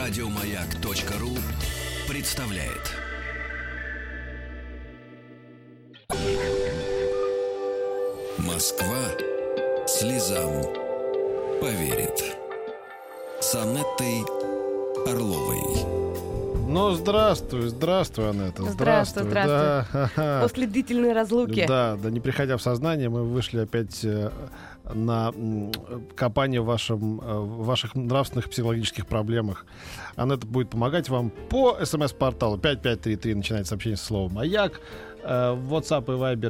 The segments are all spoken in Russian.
Радиомаяк.ру представляет. Москва слезам поверит. С Анеттой Орловой. Ну, здравствуй, Анетта. Здравствуй. Да. После длительной разлуки. Да, не приходя в сознание, мы вышли опять на копание в ваших нравственных психологических проблемах. Анетта будет помогать вам по СМС-порталу 5533, начинается сообщение со словом «Маяк». WhatsApp и Viber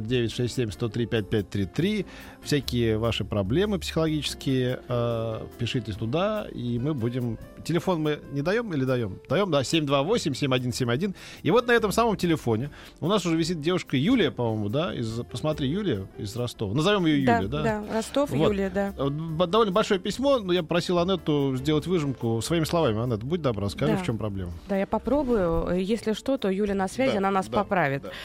967-103-5533. Всякие ваши проблемы психологические пишите туда, и мы будем... Телефон мы не даем или даем? Даем, да, 728-7171. И вот на этом самом телефоне у нас уже висит девушка Юлия, по-моему, да? Посмотри, Юлия из Ростова. Назовем ее Юлия, да? Да, Ростов, вот. Юлия, да. Довольно большое письмо, но я просил Анетту сделать выжимку своими словами. Анетта, будь добра, скажи, в чем проблема. Да, я попробую. Если что, то Юля на связи, она нас поправит. Да.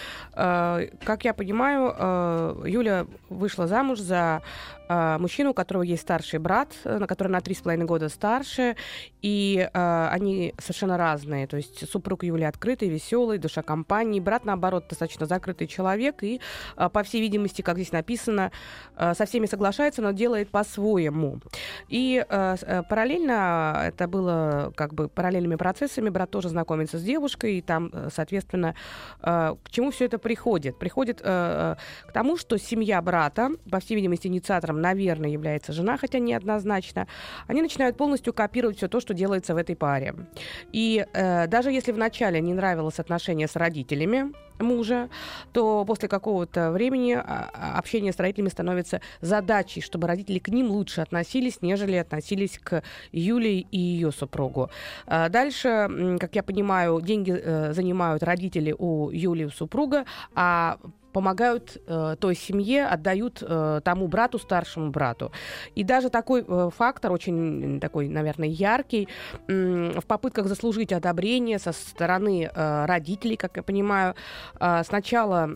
Как я понимаю, Юля вышла замуж за мужчину, у которого есть старший брат, который на 3,5 года старше, и они совершенно разные. То есть супруг Юли открытый, веселый, душа компании. Брат, наоборот, достаточно закрытый человек и, по всей видимости, как здесь написано, со всеми соглашается, но делает по-своему. И параллельно, это было как бы параллельными процессами, брат тоже знакомится с девушкой, и там, соответственно, к чему все это приходит? Приходит к тому, что семья брата, по всей видимости, инициатором, наверное, является жена, хотя не однозначно, они начинают полностью копировать все то, что делается в этой паре. И даже если вначале не нравилось отношение с родителями мужа, то после какого-то времени общение с родителями становится задачей, чтобы родители к ним лучше относились, нежели относились к Юлии и ее супругу. Дальше, как я понимаю, деньги занимают родители у Юлии, у супруга, а помогают той семье, отдают тому брату, старшему брату. И даже такой фактор, очень такой, наверное, яркий, в попытках заслужить одобрение со стороны родителей, как я понимаю, сначала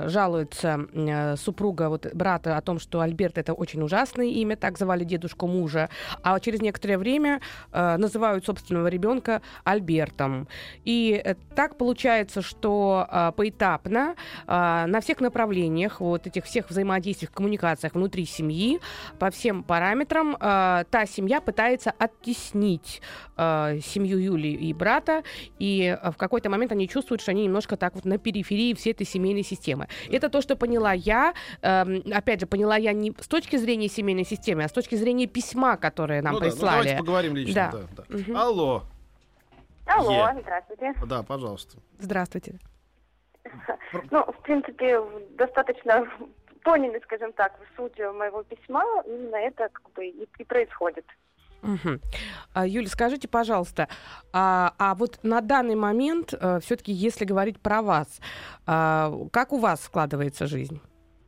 жалуется супруга брата о том, что Альберт — это очень ужасное имя, так звали дедушку мужа, а через некоторое время называют собственного ребенка Альбертом. И так получается, что поэтапно на всех направлениях, вот этих всех взаимодействиях, коммуникациях внутри семьи, по всем параметрам, та семья пытается оттеснить семью Юлии и брата, и в какой-то момент они чувствуют, что они немножко так вот на периферии всей этой семейной системы. Это то, что поняла я. Опять же, поняла я не с точки зрения семейной системы, а с точки зрения письма, которое нам прислали. Давайте поговорим лично. Да. Угу. Алло, здравствуйте. Да, пожалуйста. Здравствуйте. Ну, в принципе, достаточно поняли, скажем так, суть моего письма. Именно это как бы и происходит. Угу. Юля, скажите, пожалуйста, вот на данный момент, все-таки, если говорить про вас, как у вас складывается жизнь?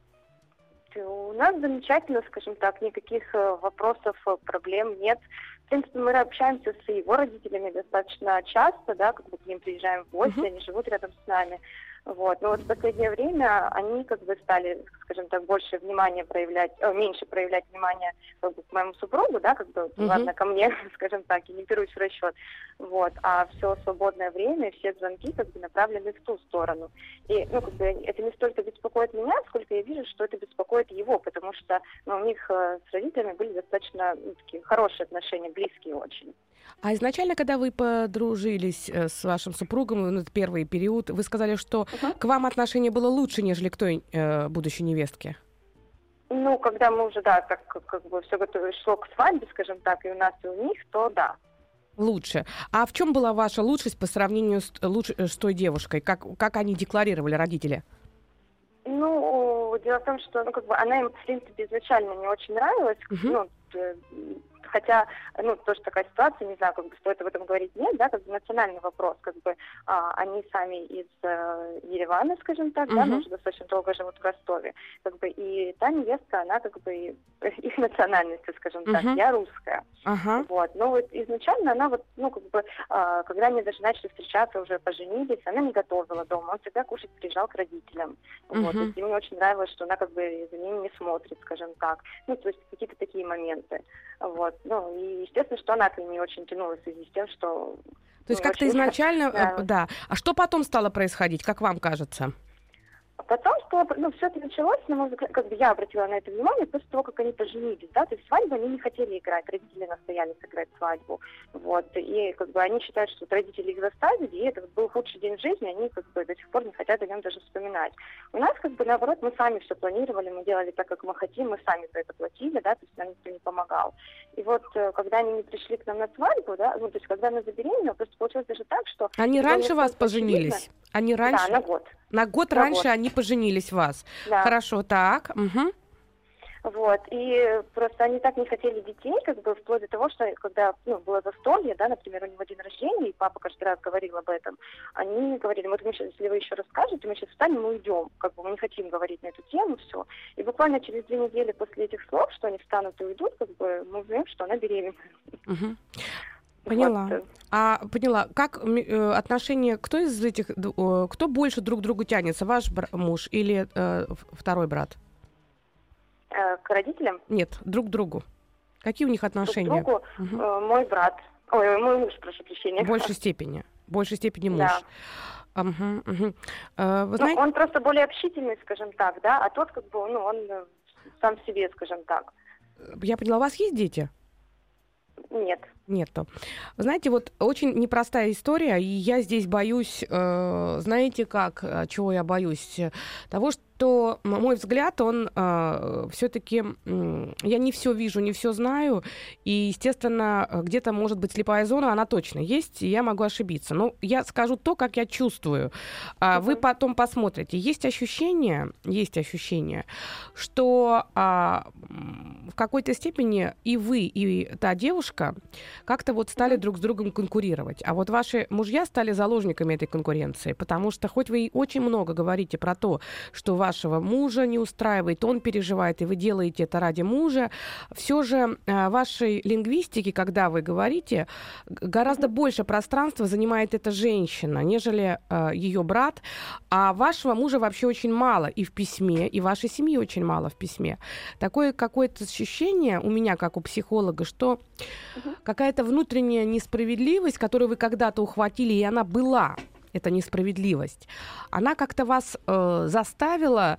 У нас замечательно, скажем так, никаких вопросов, проблем нет. В принципе, мы общаемся с его родителями достаточно часто, да, как бы к ним приезжаем в гости, они живут рядом с нами. Вот. Но вот в последнее время они как бы стали, скажем так, меньше проявлять внимание как бы к моему супругу, да, как бы, ладно, ко мне, скажем так, и не берусь в расчет. Вот. А все свободное время, все звонки как бы направлены в ту сторону. И, ну, как бы это не столько беспокоит меня, сколько я вижу, что это беспокоит его, потому что у них с родителями были достаточно такие хорошие отношения, близкие очень. А изначально, когда вы подружились с вашим супругом, в первый период, вы сказали, что к вам отношение было лучше, нежели к той будущей невестке? Ну, когда мы уже, да, как бы все шло к свадьбе, скажем так, и у нас, и у них, то да. Лучше. А в чем была ваша лучшесть по сравнению с той девушкой? Как они декларировали, родители? Ну, дело в том, что как бы она им, в принципе, изначально не очень нравилась. Хотя, тоже такая ситуация, не знаю, как бы стоит об этом говорить, нет, да, как бы национальный вопрос, как бы они сами из Еревана, скажем так, да, но уже достаточно долго живут в Ростове, как бы, и та невестка, она как бы их национальности, скажем так, я русская. Ага. Вот. Но вот изначально она вот, ну, как бы, когда они даже начали встречаться, уже поженились, она не готовила дома, он всегда кушать приезжал к родителям. Вот. То есть ему очень нравилось, что она как бы за ними не смотрит, скажем так. Ну, то есть какие-то такие моменты. Вот. Ну, и естественно, что она к ним не очень тянулась в связи с тем, что... То есть как-то изначально... Да. А что потом стало происходить, как вам кажется? Потом, все это началось, на мой взгляд, как бы я обратила на это внимание после того, как они поженились, да, то есть свадьбу они не хотели играть, родители настояли сыграть свадьбу, вот, и как бы они считают, что родители их заставили, и это был худший день в жизни, они как бы до сих пор не хотят о нем даже вспоминать. У нас как бы наоборот, мы сами все планировали, мы делали так, как мы хотим, мы сами за это платили, да, то есть нам никто не помогал. И вот, когда они не пришли к нам на свадьбу, да, ну, то есть когда она забеременела, просто получилось даже так, что... Они раньше вас поженились? Они раньше? Да, на год. На год раньше они поженились вас? Да. Хорошо, так. Угу. Вот, и просто они так не хотели детей, как бы, вплоть до того, что когда, ну, было застолье, да, например, у него день рождения, и папа каждый раз говорил об этом, они говорили, вот мы сейчас, если вы еще расскажете, мы сейчас встанем и уйдем, как бы мы не хотим говорить на эту тему, все. И буквально через 2 недели после этих слов, что они встанут и уйдут, как бы мы узнаем, что она беременна. Угу. Поняла. Вот. Поняла. Как отношения, кто из этих, кто больше друг к другу тянется, ваш муж или второй брат? К родителям? Нет, друг к другу. Какие у них отношения? Друг к другу? Мой брат. Ой, мой муж, прошу прощения. В большей степени муж. Да. Вы знаете... Он просто более общительный, скажем так, да, а тот как бы, ну, он сам в себе, скажем так. Я поняла, у вас есть дети? Нет. Нету. Вы знаете, вот очень непростая история, и я здесь боюсь, знаете как, чего я боюсь? Того, что, мой взгляд, он все-таки, я не все вижу, не все знаю, и, естественно, где-то может быть слепая зона, она точно есть, и я могу ошибиться. Но я скажу то, как я чувствую. Вы потом посмотрите. Есть ощущение, что в какой-то степени и вы, и та девушка как-то вот стали друг с другом конкурировать. А вот ваши мужья стали заложниками этой конкуренции, потому что хоть вы и очень много говорите про то, что вашего мужа не устраивает, он переживает, и вы делаете это ради мужа, все же в вашей лингвистике, когда вы говорите, гораздо больше пространства занимает эта женщина, нежели ее брат, а вашего мужа вообще очень мало и в письме, и вашей семьи очень мало в письме. Такое какое-то ощущение у меня, как у психолога, что какая-то внутренняя несправедливость, которую вы когда-то ухватили, и она была, эта несправедливость, она как-то вас заставила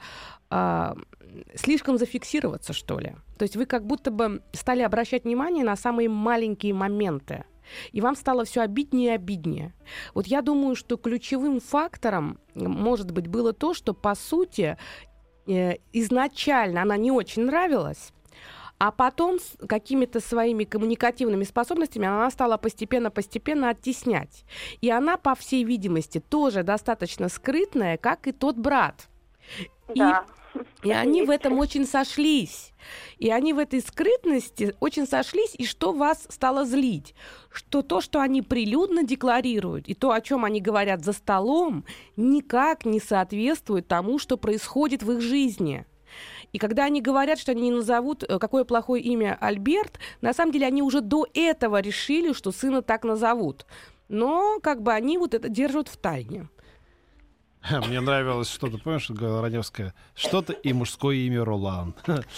слишком зафиксироваться, что ли. То есть вы как будто бы стали обращать внимание на самые маленькие моменты, и вам стало все обиднее и обиднее. Вот я думаю, что ключевым фактором, может быть, было то, что, по сути, изначально она не очень нравилась, а потом с какими-то своими коммуникативными способностями она стала постепенно оттеснять. И она, по всей видимости, тоже достаточно скрытная, как и тот брат. Да. И они в этом очень сошлись. И они в этой скрытности очень сошлись. И что вас стало злить? Что то, что они прилюдно декларируют, и то, о чем они говорят за столом, никак не соответствует тому, что происходит в их жизни. И когда они говорят, что они не назовут, какое плохое имя Альберт, на самом деле они уже до этого решили, что сына так назовут. Но как бы они вот это держат в тайне. Мне нравилось что-то, помнишь, Раневская? Что-то и мужское имя Ролан.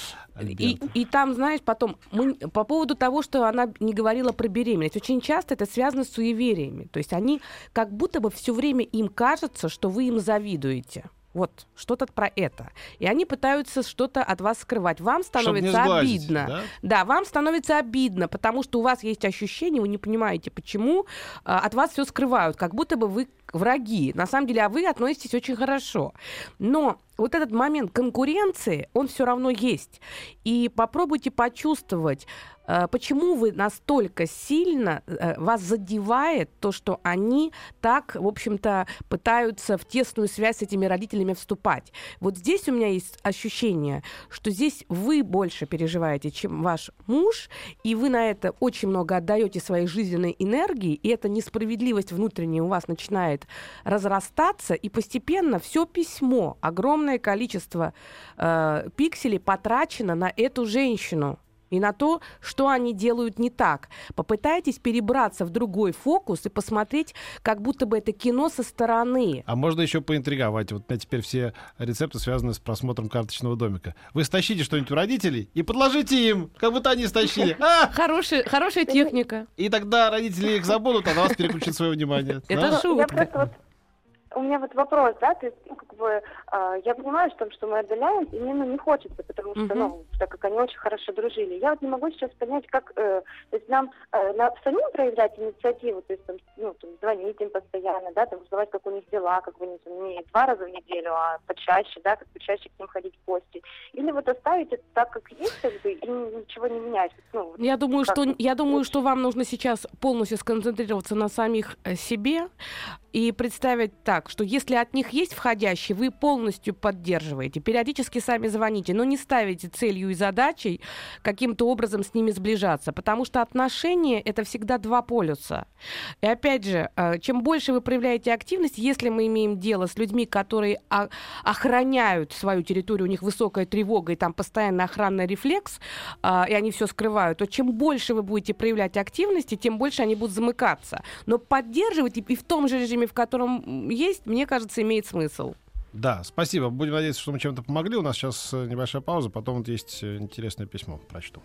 И там, знаешь, потом, по поводу того, что она не говорила про беременность, очень часто это связано с суевериями. То есть они как будто бы все время им кажется, что вы им завидуете. Вот, что-то про это. И они пытаются что-то от вас скрывать. Вам становится обидно. Да? Да, вам становится обидно, потому что у вас есть ощущение, вы не понимаете, почему от вас все скрывают, как будто бы вы враги. На самом деле, а вы относитесь очень хорошо. Но вот этот момент конкуренции, он все равно есть. И попробуйте почувствовать, почему вы настолько сильно вас задевает то, что они так, в общем-то, пытаются в тесную связь с этими родителями вступать. Вот здесь у меня есть ощущение, что здесь вы больше переживаете, чем ваш муж, и вы на это очень много отдаете своей жизненной энергии, и эта несправедливость внутренняя у вас начинает разрастаться, и постепенно все письмо, огромное количество пикселей потрачено на эту женщину. и на то, что они делают не так. Попытайтесь перебраться в другой фокус и посмотреть, как будто бы это кино со стороны. А можно еще поинтриговать. Вот у меня теперь все рецепты связаны с просмотром «Карточного домика». Вы стащите что-нибудь у родителей и подложите им, как будто они стащили. Хорошая техника. И тогда родители их забудут, а на вас переключат свое внимание. Это шутка. У меня вот вопрос, да, то есть, я понимаю, что мы отдаляем, и мне не хочется, потому что, так как они очень хорошо дружили. Я вот не могу сейчас понять, как, то есть нам самим проявлять инициативу, то есть, звонить им постоянно, да, там, узнавать, как у них дела, как бы не 2 раза в неделю, а почаще, да, как почаще к ним ходить в гости. Или вот оставить это так, как есть, как бы, и ничего не менять. Я думаю, что вам нужно сейчас полностью сконцентрироваться на самих себе и представить так, что если от них есть входящий, вы полностью поддерживаете. Периодически сами звоните, но не ставите целью и задачей каким-то образом с ними сближаться, потому что отношения — это всегда 2 полюса. И опять же, чем больше вы проявляете активность, если мы имеем дело с людьми, которые охраняют свою территорию, у них высокая тревога, и там постоянно охранный рефлекс, и они все скрывают, то чем больше вы будете проявлять активности, тем больше они будут замыкаться. Но поддерживать и в том же режиме, в котором есть, мне кажется, имеет смысл. Да, спасибо. Будем надеяться, что мы чем-то помогли. У нас сейчас небольшая пауза, потом вот есть интересное письмо. Прочту.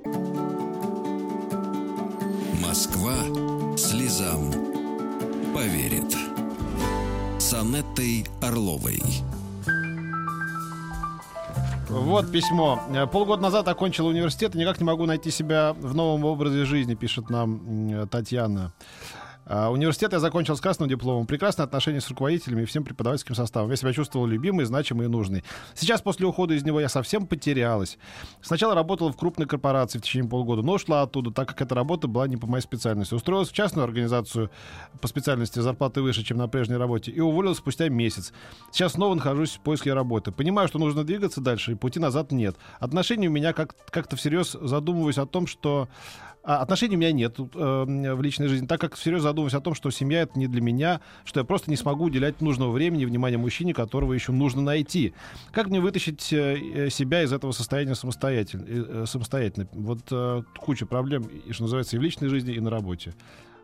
Москва слезам поверит. С Анеттой Орловой. Вот письмо. Полгода назад окончила университет и никак не могу найти себя в новом образе жизни, пишет нам Татьяна. Университет я закончил с красным дипломом. Прекрасные отношения с руководителями и всем преподавательским составом. Я себя чувствовал любимой, значимой и нужной. Сейчас, после ухода из него, я совсем потерялась. Сначала работала в крупной корпорации в течение полгода, но ушла оттуда, так как эта работа была не по моей специальности. Устроилась в частную организацию по специальности, зарплаты выше, чем на прежней работе, и уволилась спустя месяц. Сейчас снова нахожусь в поиске работы. Понимаю, что нужно двигаться дальше, и пути назад нет. Отношения у меня как-то всерьез задумываюсь о том, что... отношений у меня нет в личной жизни, так как всерьез задумываюсь о том, что семья — это не для меня, что я просто не смогу уделять нужного времени и внимания мужчине, которого еще нужно найти. Как мне вытащить себя из этого состояния самостоятельно? Вот куча проблем, и, что называется, и в личной жизни, и на работе.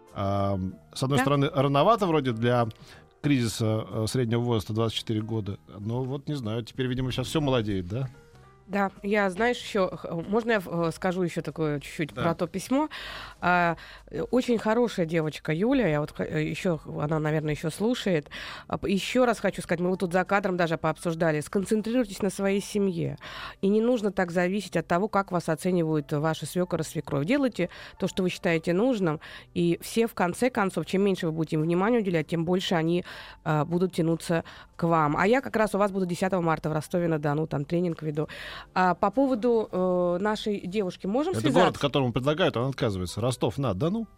С одной стороны, рановато вроде для кризиса среднего возраста 24 года, но вот не знаю, теперь, видимо, сейчас все молодеет, да? Да, я, знаешь, еще, можно я скажу еще такое чуть-чуть про то письмо? Очень хорошая девочка Юля, я вот еще, она, наверное, еще слушает. Еще раз хочу сказать, мы вот тут за кадром даже пообсуждали, сконцентрируйтесь на своей семье. И не нужно так зависеть от того, как вас оценивают ваши свекор и свекровь. Делайте то, что вы считаете нужным, и все, в конце концов, чем меньше вы будете им внимания уделять, тем больше они будут тянуться к вам. А я как раз у вас буду 10 марта в Ростове-на-Дону, там тренинг веду. По поводу нашей девушки можем это связаться? город, которому предлагают, он отказывается. Ростов-на-Дону.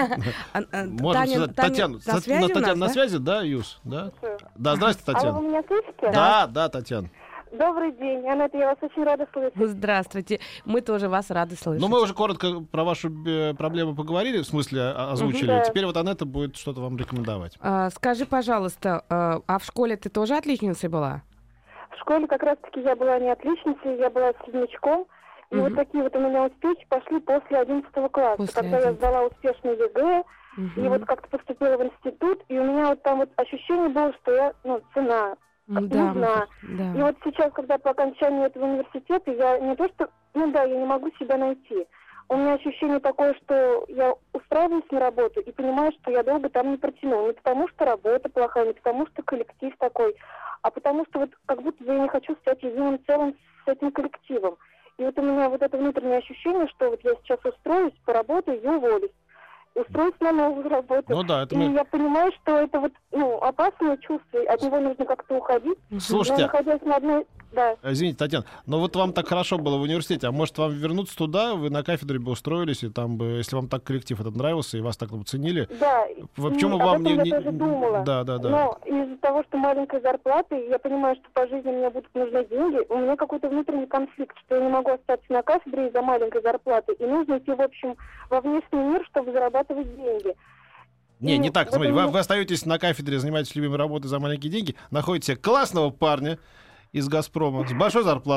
Татьяна, Татьяна на связи, да, Юс? Да, здравствуйте, Татьяна. Алло, вы меня слышите? Да, Татьяна. Добрый день, Анетта, я вас очень рада слышать. Здравствуйте, мы тоже вас рады слышать. Ну, мы уже коротко про вашу проблему поговорили, в смысле озвучили. Да. Теперь вот Анетта будет что-то вам рекомендовать. Скажи, пожалуйста, а в школе ты тоже отличницей была? В школе как раз-таки я была не отличницей, я была среднячком. И вот такие вот у меня успехи пошли после 11 класса, когда я сдала успешный ЕГЭ, и вот как-то поступила в институт, и у меня вот там вот ощущение было, что я, цена, нужна. Да. И вот сейчас, когда по окончанию этого университета, я не то что, я не могу себя найти. У меня ощущение такое, что я устраиваюсь на работу и понимаю, что я долго там не протяну. Не потому что работа плохая, не потому что коллектив такой, а потому что вот как будто бы я не хочу стать единым целым с этим коллективом. И вот у меня вот это внутреннее ощущение, что вот я сейчас устроюсь, поработаю и уволюсь. Устроюсь на новую работу. Ну да, это я понимаю, что это вот, опасное чувство, от него нужно как-то уходить. Слушайте, но находясь на одной... Да. Извините, Татьяна, но вот вам так хорошо было в университете, а может вам вернуться туда, вы на кафедре бы устроились, и там бы, если вам так коллектив этот нравился, и вас так бы ценили, да, почему об вам этом я тоже думала. Да. Но из-за того, что маленькая зарплата, я понимаю, что по жизни мне будут нужны деньги, у меня какой-то внутренний конфликт, что я не могу остаться на кафедре из-за маленькой зарплаты, и нужно идти, в общем, во внешний мир, чтобы зарабатывать деньги. Не так, смотрите, вы остаетесь на кафедре, занимаетесь любимой работой за маленькие деньги, находите классного парня из «Газпрома» с большой зарплатой,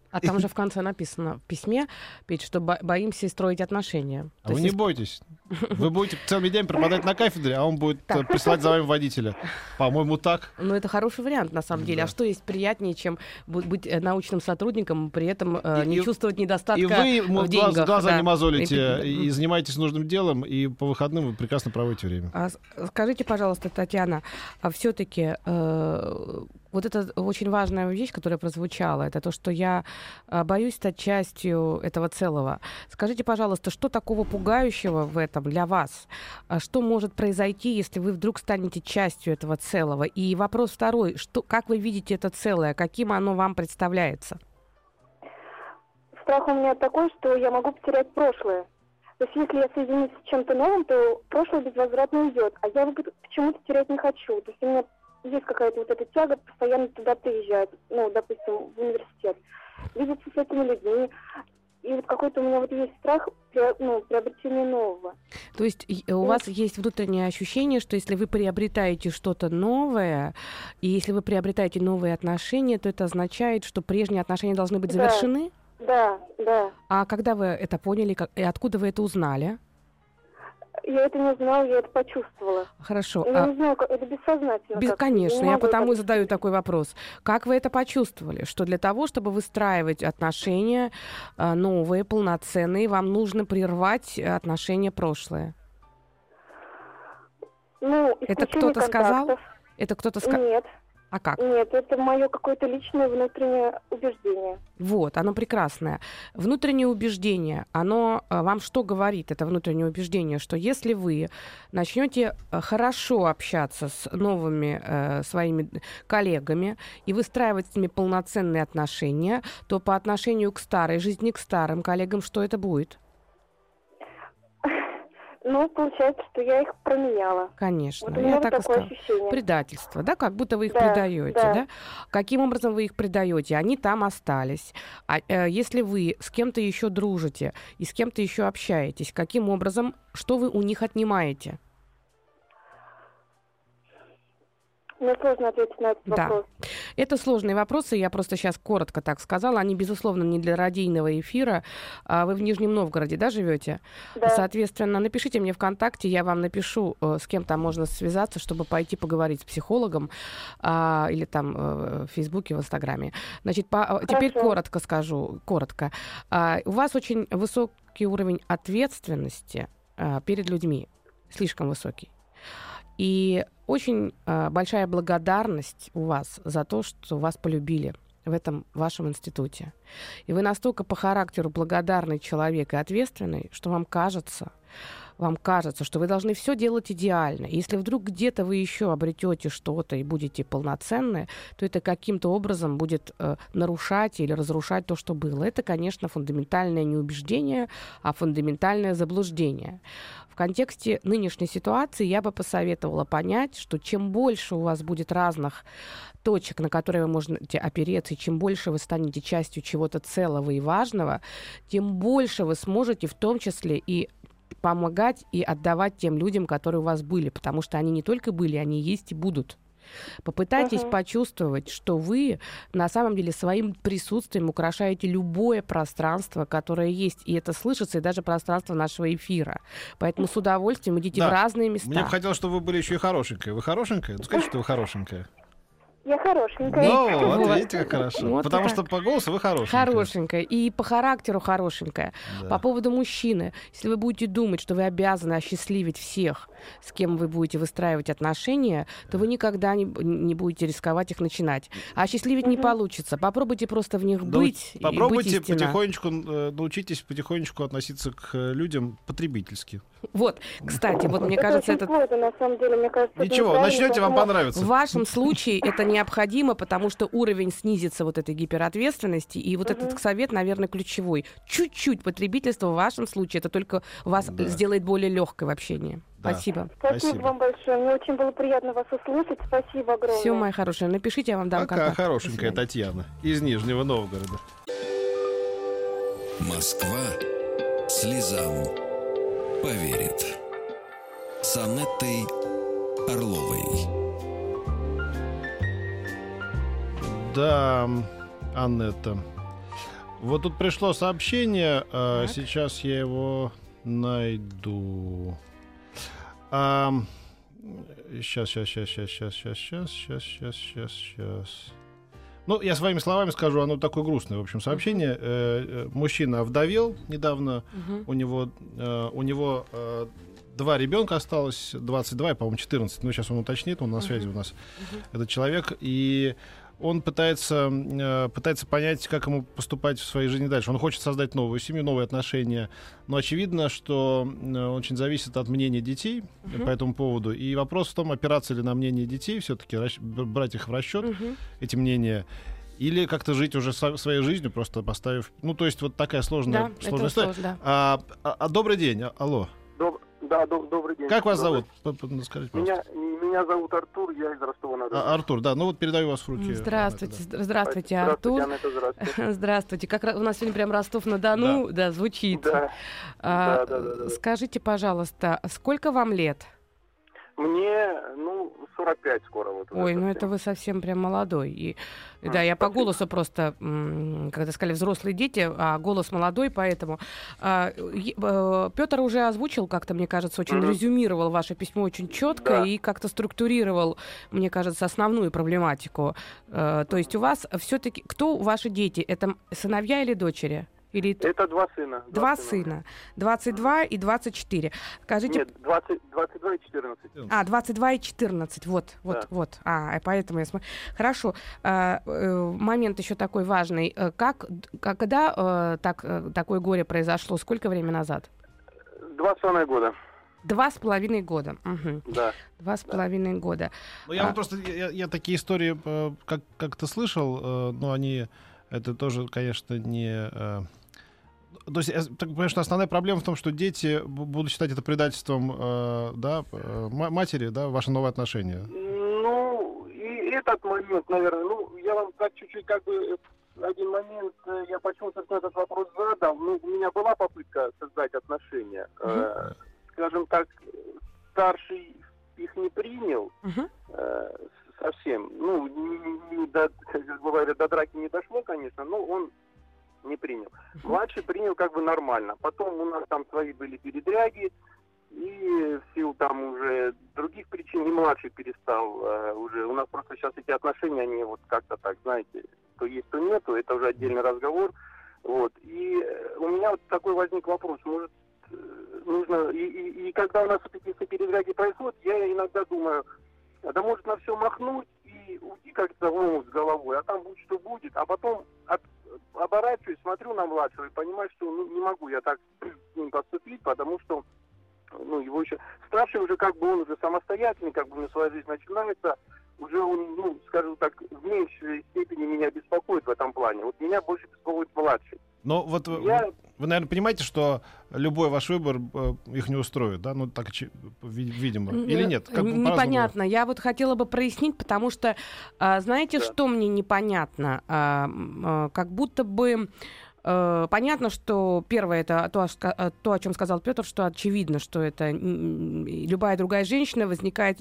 А там же в конце написано в письме, Петь, что боимся строить отношения. А вы не бойтесь. Вы будете целый день пропадать на кафедре, а он будет присылать за вами водителя. По-моему, так. Ну, это хороший вариант, на самом деле. Да. А что есть приятнее, чем быть научным сотрудником, при этом не чувствовать недостатка и вы в деньгах? глаза Да. не мозолите, и занимаетесь нужным делом, и по выходным вы прекрасно проводите время. Скажите, пожалуйста, Татьяна, а все-таки вот это очень важная вещь, которая прозвучала, это то, что я боюсь стать частью этого целого. Скажите, пожалуйста, что такого пугающего в этом для вас? Что может произойти, если вы вдруг станете частью этого целого? И вопрос второй, как вы видите это целое, каким оно вам представляется? Страх у меня такой, что я могу потерять прошлое. То есть если я соединюсь с чем-то новым, то прошлое безвозвратно уйдет. А я почему-то терять не хочу. То есть у меня есть какая-то вот эта тяга постоянно туда приезжать, ну, допустим, в университет, видеться с этими людьми. И вот какой-то у меня вот есть страх приобретения нового. То есть у вас есть внутреннее ощущение, что если вы приобретаете что-то новое, и если вы приобретаете новые отношения, то это означает, что прежние отношения должны быть завершены? Да. А когда вы это поняли, и откуда вы это узнали? Я это не знала, я это почувствовала. Хорошо. Я не знаю, это бессознательно. Конечно, я потому и задаю такой вопрос. Как вы это почувствовали? Что для того, чтобы выстраивать отношения новые, полноценные, вам нужно прервать отношения прошлые? Это кто-то сказал? Это кто-то сказал? Нет. А как? Нет, это мое какое-то личное внутреннее убеждение. Вот, оно прекрасное. Внутреннее убеждение, оно вам что говорит, это внутреннее убеждение, что если вы начнете хорошо общаться с новыми своими коллегами и выстраивать с ними полноценные отношения, то по отношению к старой жизни, к старым коллегам, что это будет? Ну, получается, что я их променяла. Конечно, вот я так и сказала. Ощущение. Предательство, да, как будто вы их предаете, да? Каким образом вы их предаете? Они там остались. А если вы с кем-то еще дружите и с кем-то еще общаетесь, каким образом, что вы у них отнимаете? Мне сложно ответить на этот вопрос. Это сложные вопросы, я просто сейчас коротко так сказала. Они, безусловно, не для радийного эфира. Вы в Нижнем Новгороде, да, живете? Да. Соответственно, напишите мне ВКонтакте, я вам напишу, с кем там можно связаться, чтобы пойти поговорить с психологом или там в Фейсбуке, в Инстаграме. Значит, теперь коротко скажу. У вас очень высокий уровень ответственности перед людьми, слишком высокий. И очень большая благодарность у вас за то, что вас полюбили в этом вашем институте. И вы настолько по характеру благодарный человек и ответственный, что вам кажется, что вы должны все делать идеально. И если вдруг где-то вы еще обретете что-то и будете полноценны, то это каким-то образом будет нарушать или разрушать то, что было. Это, конечно, фундаментальное не убеждение, а фундаментальное заблуждение. В контексте нынешней ситуации я бы посоветовала понять, что чем больше у вас будет разных точек, на которые вы можете опереться, и чем больше вы станете частью чего-то целого и важного, тем больше вы сможете в том числе и помогать и отдавать тем людям, которые у вас были, потому что они не только были, они есть и будут. Попытайтесь почувствовать, что вы на самом деле своим присутствием украшаете любое пространство, которое есть. И это слышится, и даже пространство нашего эфира. Поэтому с удовольствием идите в разные места. Мне бы хотелось, чтобы вы были еще и хорошенькая. Вы хорошенькая? Ну, скажите, что вы хорошенькая. Я хорошенькая. Ну, вот видите, как хорошо. Вот потому так. что по голосу вы хорошенькая. Хорошенькая. И по характеру хорошенькая. Да. По поводу мужчины. Если вы будете думать, что вы обязаны осчастливить всех, с кем вы будете выстраивать отношения, то вы никогда не будете рисковать их начинать. А осчастливить не получится. Попробуйте просто в них быть. Попробуйте и быть истинно. потихонечку, научитесь потихонечку относиться к людям потребительски. Вот, кстати, вот мне кажется, это... на самом деле, мне кажется, Ничего, начнете, вам понравится. В вашем случае это необходимо, потому что уровень снизится вот этой гиперответственности, и вот этот совет, наверное, ключевой. Чуть-чуть потребительства в вашем случае, это только вас сделает более легкой в общении. Да. Спасибо. Спасибо вам большое. Мне очень было приятно вас услышать. Спасибо огромное. Все, моя хорошая, напишите, я вам дам Пока, контакт. хорошенькая Татьяна из Нижнего Новгорода. Москва слезам поверит. С Анеттой Орловой. Да, Анетта. Вот тут пришло сообщение, Так. сейчас я его найду. Сейчас. Ну, я своими словами скажу, оно такое грустное, в общем, сообщение. Мужчина овдовел недавно, у него 2 ребенка осталось, 22, по-моему, 14. Ну, сейчас он уточнит, он на связи у нас, этот человек. И он пытается понять, как ему поступать в своей жизни дальше. Он хочет создать новую семью, новые отношения. Но очевидно, что очень зависит от мнения детей по этому поводу. И вопрос в том, опираться ли на мнение детей, все-таки брать их в расчет, эти мнения, или как-то жить уже своей жизнью, просто поставив... Ну, то есть вот такая сложная история. Да. Добрый день, алло. Добрый день. Как вас зовут? Скажите, Меня зовут Артур, я из Ростова-на-Дону. Артур, да, ну вот передаю вас в руки. Здравствуйте, Артур. Здравствуйте. Здравствуйте. Как у нас сегодня прям Ростов-на-Дону, да, звучит. Да. Скажите, пожалуйста, сколько вам лет? Мне, 45 скоро. Вот Ой, это вы совсем прям молодой. И, да, я по голосу просто, когда сказали взрослые дети, а голос молодой, поэтому. Петр уже озвучил, как-то, мне кажется, очень резюмировал ваше письмо очень четко и как-то структурировал, мне кажется, основную проблематику. То есть у вас все-таки... Кто ваши дети? Это сыновья или дочери? Это 2 сына. 2 сына. 22 и 24. Скажите... Нет, 22 и 14. 22 и 14. Вот. Поэтому я смотрю. Хорошо. Момент еще такой важный. Когда такое горе произошло? Сколько времени назад? 2,5 года. 2,5 года. Угу. Да. 2,5 года. Ну, я просто я такие истории как-то слышал, но они... Это тоже, конечно, не... То есть, я так понимаю, что основная проблема в том, что дети будут считать это предательством матери, да, ваши новые отношения. Ну, и этот момент, наверное, я вам так чуть-чуть один момент, я почему-то этот вопрос задал. У меня была попытка создать отношения. Скажем так, старший их не принял совсем. Как говорят, до драки не дошло, конечно, но он не принял. Младший принял нормально. Потом у нас там свои были передряги, и в силу там уже других причин и младший перестал уже. У нас просто сейчас эти отношения, они вот как-то так, знаете, то есть, то нету, это уже отдельный разговор. Вот. И у меня вот такой возник вопрос, может, нужно... И когда у нас вот эти все передряги происходят, я иногда думаю, да может на все махнуть и уйти как-то в омут с головой, а там будет что будет, а потом оборачиваюсь, смотрю на младшего и понимаю, что не могу я так с ним поступить, потому что его еще... Старший уже он уже самостоятельный, у него своя жизнь начинается, уже он, скажем так, в меньшей степени меня беспокоит в этом плане. Вот меня больше беспокоит младший. Но вот вы, наверное, понимаете, что любой ваш выбор их не устроит, да? Так видимо. Или нет? Непонятно. Я вот хотела бы прояснить, потому что, знаете, что мне непонятно? Как будто бы... Понятно, что первое, это то, о чем сказал Петр, что очевидно, что это любая другая женщина возникает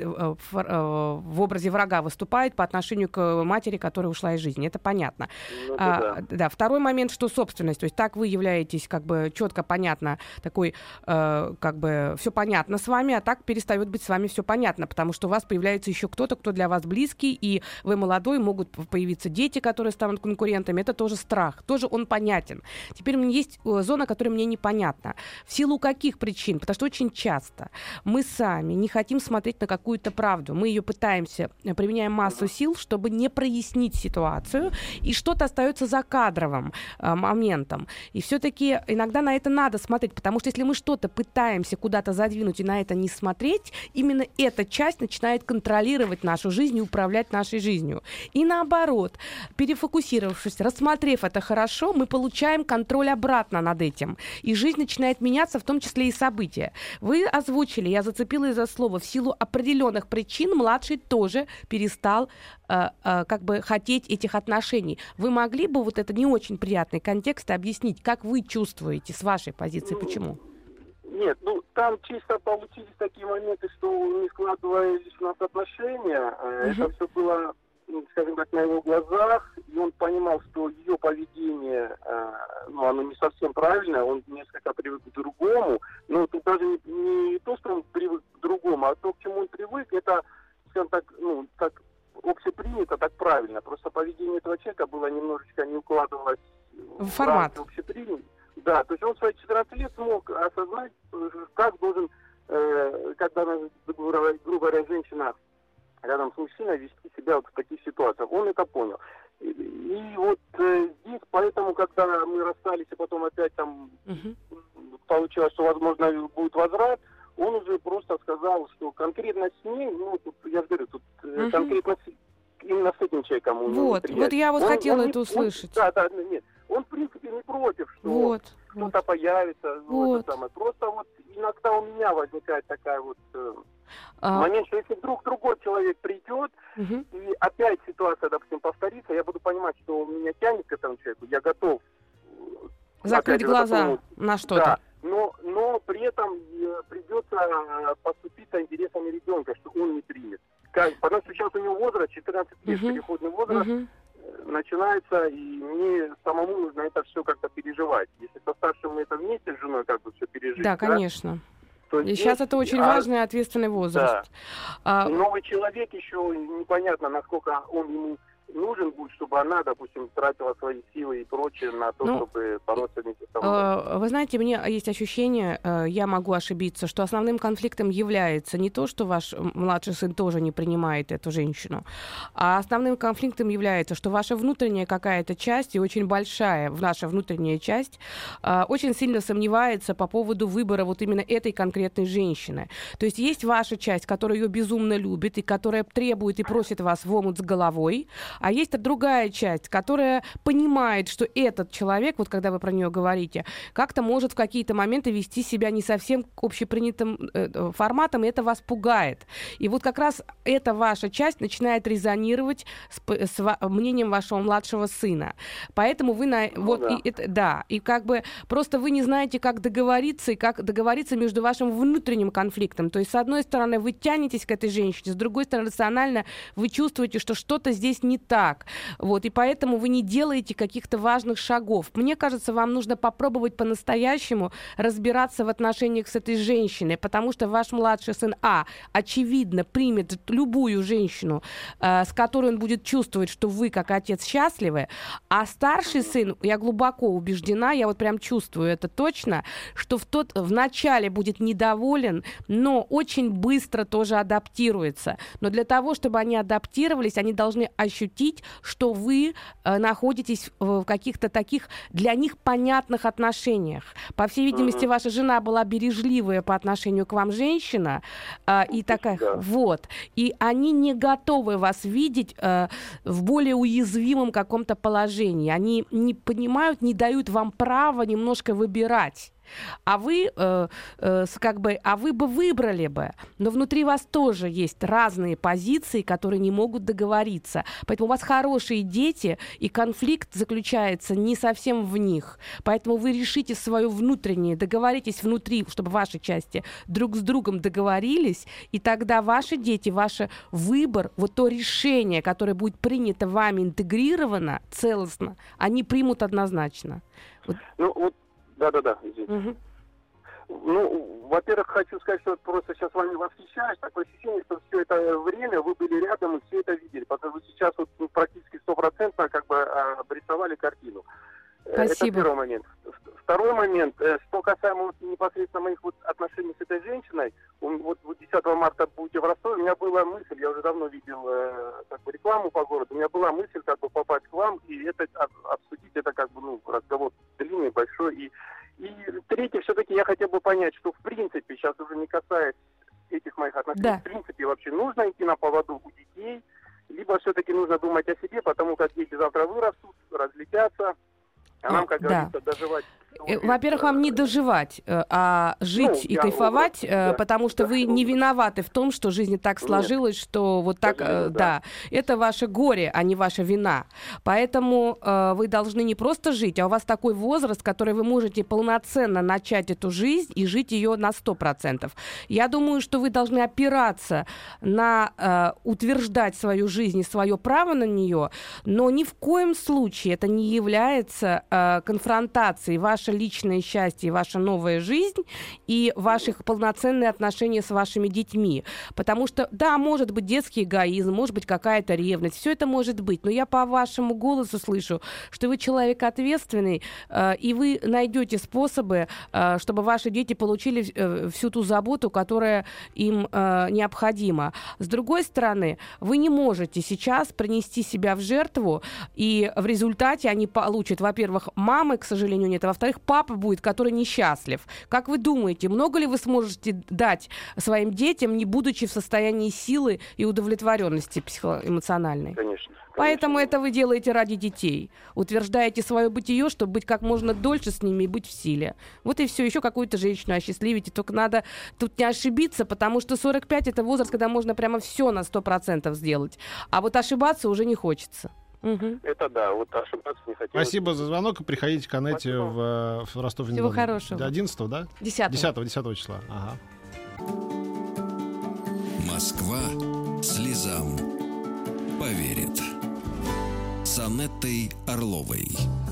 в образе врага, выступает по отношению к матери, которая ушла из жизни. Это понятно. Да. Второй момент, что собственность. То есть так вы являетесь четко понятно, такой все понятно с вами, а так перестает быть с вами все понятно, потому что у вас появляется еще кто-то, кто для вас близкий, и вы молодой, могут появиться дети, которые станут конкурентами. Это тоже страх. Тоже он понятен. Теперь у меня есть зона, которая мне непонятна. В силу каких причин? Потому что очень часто мы сами не хотим смотреть на какую-то правду. Мы ее пытаемся, применяем массу сил, чтобы не прояснить ситуацию, и что-то остается закадровым моментом. И все-таки иногда на это надо смотреть, потому что если мы что-то пытаемся куда-то задвинуть и на это не смотреть, именно эта часть начинает контролировать нашу жизнь и управлять нашей жизнью. И наоборот, перефокусировавшись, рассмотрев это хорошо, мы получаем контроль обратно над этим. И жизнь начинает меняться, в том числе и события. Вы озвучили, я зацепила за слово, в силу определенных причин младший тоже перестал хотеть этих отношений. Вы могли бы это не очень приятный контекст объяснить, как вы чувствуете с вашей позиции, почему? Нет, там чисто получились такие моменты, что не складывались у нас отношения. Это все было скажем так, на его глазах, и он понимал, что ее поведение, оно не совсем правильное, он несколько привык к другому, но тут даже не то, что он привык к другому, а то, к чему он привык, это, скажем так, так общепринято, так правильно. Просто поведение этого человека было немножечко не укладывалось в формат. Общепринято. Да, то есть он в свои 14 лет смог осознать, как должен, когда, грубо говоря, женщина рядом с мужчиной вести себя вот в таких ситуациях. Он это понял. И вот здесь, поэтому, когда мы расстались, и потом опять там получилось, что, возможно, будет возврат, он уже просто сказал, что конкретно с ней, тут, я же говорю, тут конкретно именно с этим человеком он вот я вот хотела это услышать. Нет. Он, в принципе, не против, что кто-то появится. Просто вот иногда у меня возникает такая вот момент, что если вдруг другой человек придет, и опять ситуация, допустим, повторится, я буду понимать, что меня тянет к этому человеку, я готов закрыть глаза на что-то. Да, но при этом придется поступиться интересами ребенка, что он не примет. Потому что сейчас у него возраст, 14 лет, переходный возраст, начинается, и мне самому нужно это все как-то переживать. Если со старшим мы это вместе с женой как бы все пережить. Да, конечно. То и сейчас это очень важный и ответственный возраст. Да. Новый человек еще непонятно, насколько он ему нужен будет, чтобы она, допустим, тратила свои силы и прочее на то, чтобы бороться вместе с собой. Вы знаете, у меня есть ощущение, я могу ошибиться, что основным конфликтом является не то, что ваш младший сын тоже не принимает эту женщину, а основным конфликтом является, что ваша внутренняя какая-то часть, и очень большая наша внутренняя часть, очень сильно сомневается по поводу выбора вот именно этой конкретной женщины. То есть ваша часть, которая ее безумно любит и которая требует и просит вас в омут с головой, а есть другая часть, которая понимает, что этот человек, вот когда вы про нее говорите, как-то может в какие-то моменты вести себя не совсем общепринятым форматом, и это вас пугает. И вот как раз эта ваша часть начинает резонировать с мнением вашего младшего сына. Поэтому вы и как бы просто вы не знаете, как договориться, и как договориться между вашим внутренним конфликтом. То есть, с одной стороны, вы тянетесь к этой женщине, с другой стороны, рационально вы чувствуете, что что-то здесь не так. Вот, и поэтому вы не делаете каких-то важных шагов. Мне кажется, вам нужно попробовать по-настоящему разбираться в отношениях с этой женщиной, потому что ваш младший сын, очевидно, примет любую женщину, с которой он будет чувствовать, что вы, как отец, счастливы, а старший сын, я глубоко убеждена, я вот прям чувствую это точно, что вначале будет недоволен, но очень быстро тоже адаптируется. Но для того, чтобы они адаптировались, они должны ощутить, что вы находитесь в каких-то таких для них понятных отношениях. По всей видимости, ваша жена была бережливая по отношению к вам женщина, и такая, и они не готовы вас видеть в более уязвимом каком-то положении. Они не понимают, не дают вам права немножко выбирать. А вы бы выбрали бы. Но внутри вас тоже есть разные позиции, которые не могут договориться. Поэтому у вас хорошие дети, и конфликт заключается не совсем в них. Поэтому вы решите свое внутреннее, договоритесь внутри, чтобы ваши части друг с другом договорились, и тогда ваши дети, ваш выбор, вот то решение, которое будет принято вами интегрировано, целостно, они примут однозначно. Да, извините. Во-первых, хочу сказать, что просто сейчас вами восхищаюсь. Такое ощущение, что все это время вы были рядом и все это видели. Потому что сейчас практически 100% обрисовали картину. Спасибо. Это первый момент. Второй момент, что касаемо непосредственно моих отношений с этой женщиной, 10 марта будете в Ростове, у меня была мысль, я уже давно видел рекламу по городу, у меня была мысль попасть к вам и это обсудить, это разговор длинный, большой. И третье, все-таки я хотел бы понять, что в принципе, сейчас уже не касаясь этих моих отношений, в принципе вообще нужно идти на поводу у детей, либо все-таки нужно думать о себе, потому как дети завтра вырастут, разлетятся, а нам, как говорится, доживать до Во-первых, вам не доживать, а жить и кайфовать, потому что вы не виноваты в том, что жизнь так сложилась, что вот так, да. Это ваше горе, а не ваша вина. Поэтому вы должны не просто жить, а у вас такой возраст, который вы можете полноценно начать эту жизнь и жить ее на 100%. Я думаю, что вы должны опираться на утверждать свою жизнь и свое право на нее, но ни в коем случае это не является конфронтацией ваше личное счастье, ваша новая жизнь и ваши полноценные отношения с вашими детьми. Потому что, да, может быть детский эгоизм, может быть какая-то ревность, все это может быть, но я по вашему голосу слышу, что вы человек ответственный, и вы найдете способы, чтобы ваши дети получили всю ту заботу, которая им необходима. С другой стороны, вы не можете сейчас принести себя в жертву, и в результате они получат, во-первых, мамы, к сожалению, нет, а во-вторых, папа будет, который несчастлив. Как вы думаете, много ли вы сможете дать своим детям, не будучи в состоянии силы и удовлетворенности психоэмоциональной? Конечно. Поэтому это вы делаете ради детей. Утверждаете свое бытие, чтобы быть как можно дольше с ними и быть в силе. Вот и все. Еще какую-то женщину осчастливите. Только надо тут не ошибиться, потому что 45 — это возраст, когда можно прямо все на 100% сделать. А вот ошибаться уже не хочется. Угу. Это да, вот ошибаться не хотелось. Спасибо за звонок, и приходите к Анетте в Ростов-на-Дону. Всего хорошего. 11-го, да? 10 числа. Ага. Москва слезам поверит. С Анеттой Орловой.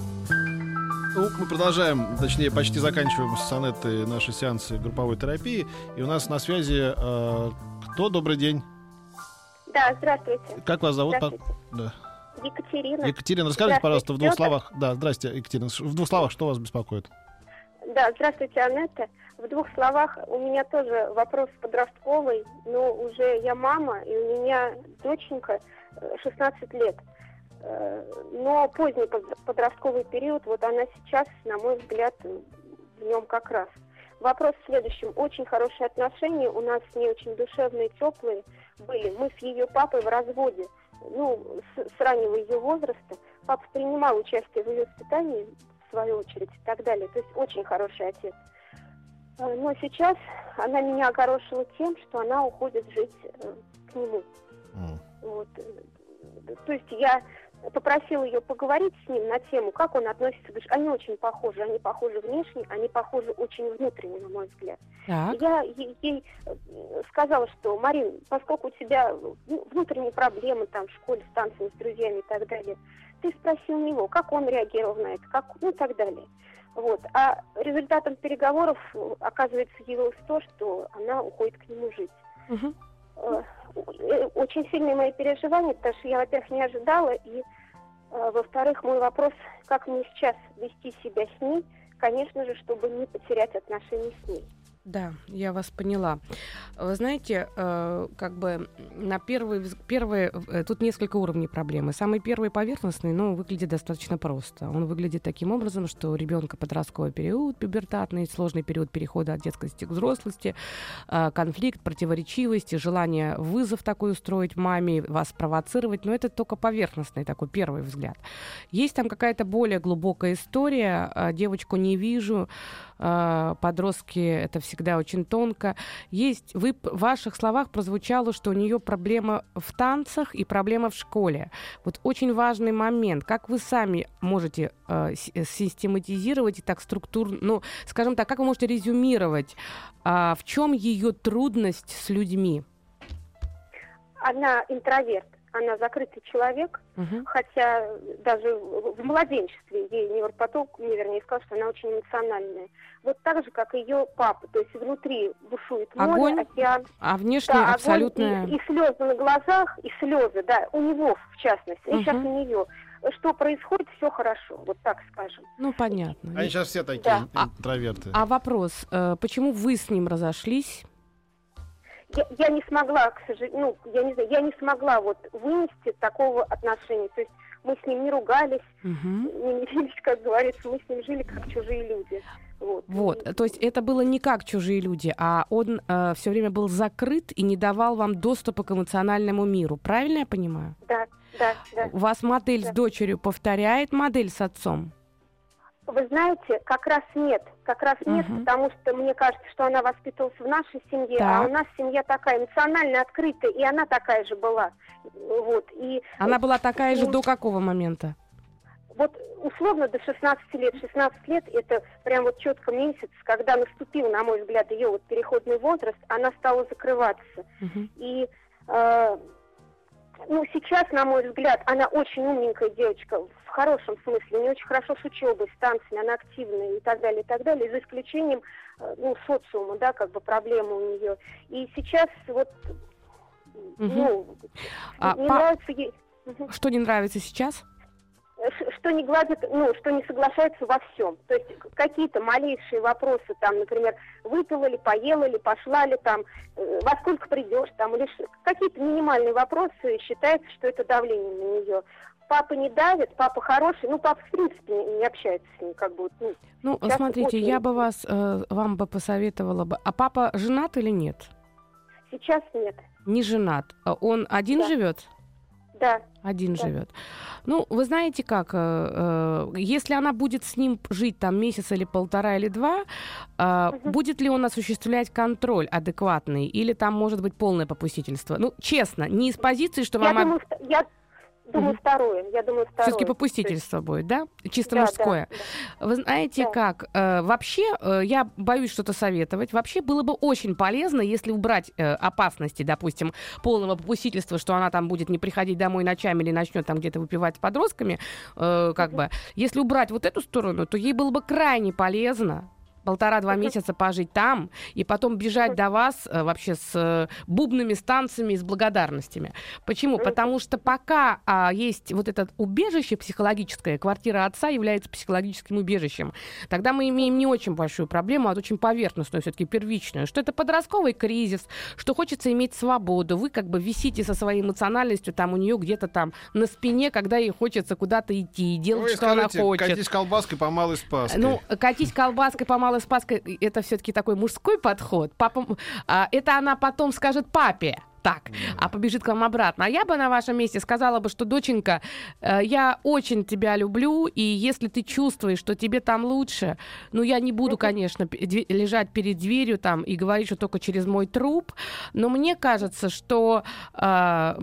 Ну, мы продолжаем, точнее, почти заканчиваем с Анеттой наши сеансы групповой терапии. И у нас на связи кто? Добрый день. Да, здравствуйте. Как вас зовут? Здравствуйте. Да. Екатерина. Екатерина, расскажите, пожалуйста, в двух Пётр. словах. Да, здрасте, Екатерина. В двух словах, что вас беспокоит? Да, здравствуйте, Анетта. В двух словах, у меня тоже вопрос подростковый, но уже я мама, и у меня доченька 16 лет. Но поздний подростковый период, вот она сейчас, на мой взгляд, в нем как раз. Вопрос в следующем. Очень хорошие отношения, у нас с ней очень душевные, теплые были. Мы с ее папой в разводе, с раннего ее возраста. Папа принимал участие в ее воспитании, в свою очередь, и так далее. То есть очень хороший отец. Но сейчас она меня огорошила тем, что она уходит жить к нему. Вот. То есть я попросила ее поговорить с ним на тему, как он относится. Они очень похожи, они похожи внешне, они похожи очень внутренне, на мой взгляд. Так. Я ей сказала, что, Марин, поскольку у тебя внутренние проблемы там в школе, с танцами, с друзьями и так далее, ты спроси у него, как он реагировал на это, и так далее. Вот. А результатом переговоров оказывается явилось то, что она уходит к нему жить. Угу. Очень сильные мои переживания, потому что я, во-первых, не ожидала, и, во-вторых, мой вопрос, как мне сейчас вести себя с ней, конечно же, чтобы не потерять отношения с ней. Да, я вас поняла. Вы знаете, как бы на первый тут несколько уровней проблемы. Самый первый поверхностный, но выглядит достаточно просто. Он выглядит таким образом, что у ребенка подростковый период, пубертатный, сложный период перехода от детскости к взрослости, конфликт, противоречивость, желание вызов такой устроить маме, вас провоцировать, но это только поверхностный такой первый взгляд. Есть там какая-то более глубокая история, девочку не вижу, подростки — это всегда очень тонко. В ваших словах прозвучало, что у нее проблема в танцах и проблема в школе. Вот очень важный момент. Как вы сами можете систематизировать и так структурно, скажем так, как вы можете резюмировать, в чем ее трудность с людьми? Она интроверт. Она закрытый человек, хотя даже в младенчестве ей невропатолог, вернее, сказал, что она очень эмоциональная. Вот так же, как и ее папа. То есть внутри бушует море, огонь, океан. А внешне да, абсолютно... И слезы на глазах, и слезы, да, у него в частности, и сейчас у нее. Что происходит, все хорошо, вот так скажем. Понятно. Они сейчас все такие интроверты. А вопрос, почему вы с ним разошлись? Я не смогла, к сожалению, я не смогла вынести такого отношения. То есть мы с ним не ругались, не мирились, как говорится, мы с ним жили как чужие люди. Вот. То есть это было не как чужие люди, а он все время был закрыт и не давал вам доступа к эмоциональному миру. Правильно я понимаю? Да. У вас модель с дочерью повторяет модель с отцом? Вы знаете, как раз нет, потому что мне кажется, что она воспитывалась в нашей семье, Так. а у нас семья такая эмоционально открытая, и она такая же была. Вот, и Она была такая же до какого момента? вот условно до 16 лет. 16 лет это прям вот четко месяц, когда наступил, на мой взгляд, ее вот переходный возраст, она стала закрываться. И сейчас, на мой взгляд, она очень умненькая девочка, в хорошем смысле, не очень хорошо с учебой, с танцами, она активная и так далее, за исключением, социума, да, как бы проблемы у нее. И сейчас вот, не нравится ей... Что не нравится сейчас? Что не гладит, что не соглашается во всем. То есть какие-то малейшие вопросы, там, например, выпила ли, поела ли, пошла ли, там, во сколько придешь, там, или какие-то минимальные вопросы, считается, что это давление на нее. Папа не давит, папа хороший, папа в принципе не общается с ним, как бы. Смотрите, я бы вам бы посоветовала бы. А папа женат или нет? Сейчас нет. Не женат. Он один живет? Да. Один живет. Вы знаете как, если она будет с ним жить там месяц или полтора или два, будет ли он осуществлять контроль адекватный или там может быть полное попустительство? Честно, не из позиции, что вам... Думаю, второе. Все-таки попустительство будет, да? Чисто мужское. Да. Вы знаете как, вообще, я боюсь что-то советовать, вообще было бы очень полезно, если убрать опасности, допустим, полного попустительства, что она там будет не приходить домой ночами или начнет там где-то выпивать с подростками, если убрать вот эту сторону, то ей было бы крайне полезно 1,5-2 месяца пожить там и потом бежать до вас вообще с бубнами, с танцами, с благодарностями. Почему? Потому что пока есть вот это убежище психологическое, квартира отца является психологическим убежищем, тогда мы имеем не очень большую проблему, а очень поверхностную, все-таки первичную, что это подростковый кризис, что хочется иметь свободу. Вы как бы висите со своей эмоциональностью там у нее где-то там на спине, когда ей хочется куда-то идти и делать, что она хочет. Катись колбаской по малой Спасской. Катись колбаской по малой Спасской, это все-таки такой мужской подход. Это она потом скажет папе. Так, а побежит к вам обратно. А я бы на вашем месте сказала бы, что, доченька, я очень тебя люблю, и если ты чувствуешь, что тебе там лучше, я не буду, конечно, лежать перед дверью там и говорить, что только через мой труп, но мне кажется, что это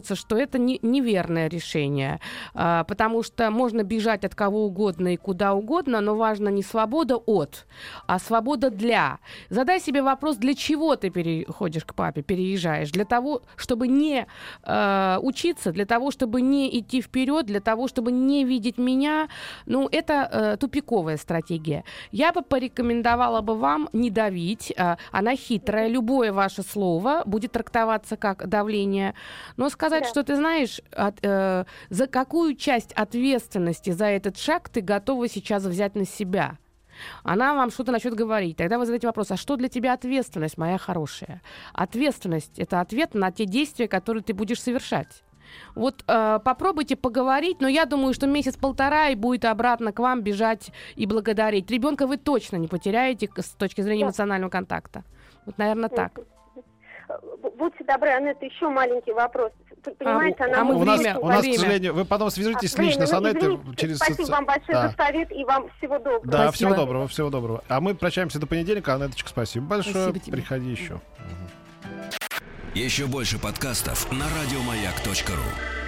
неверное решение, потому что можно бежать от кого угодно и куда угодно, но важно не свобода от, а свобода для. Задай себе вопрос, для чего ты переходишь к папе, переезжаешь? Для того, чтобы не учиться, для того, чтобы не идти вперед, для того, чтобы не видеть меня, это тупиковая стратегия. Я бы порекомендовала бы вам не давить. Она хитрая. Любое ваше слово будет трактоваться как давление. Но сказать, что ты знаешь, за какую часть ответственности за этот шаг ты готова сейчас взять на себя? Она вам что-то начнет говорить. Тогда вы задаете вопрос, а что для тебя ответственность, моя хорошая? Ответственность — это ответ на те действия, которые ты будешь совершать. Вот попробуйте поговорить, но я думаю, что месяц-полтора и будет обратно к вам бежать и благодарить. Ребенка вы точно не потеряете с точки зрения эмоционального контакта. Вот, наверное, так. Будьте добры, Анетта, еще маленький вопрос. Понимаете, у нас, к сожалению, вы потом свяжитесь лично с Анеттой через... Спасибо вам большое за совет и вам всего доброго. Да, всего доброго. А мы прощаемся до понедельника. Анетточка, спасибо большое. Приходи еще. Еще больше подкастов на радиомаяк.ру.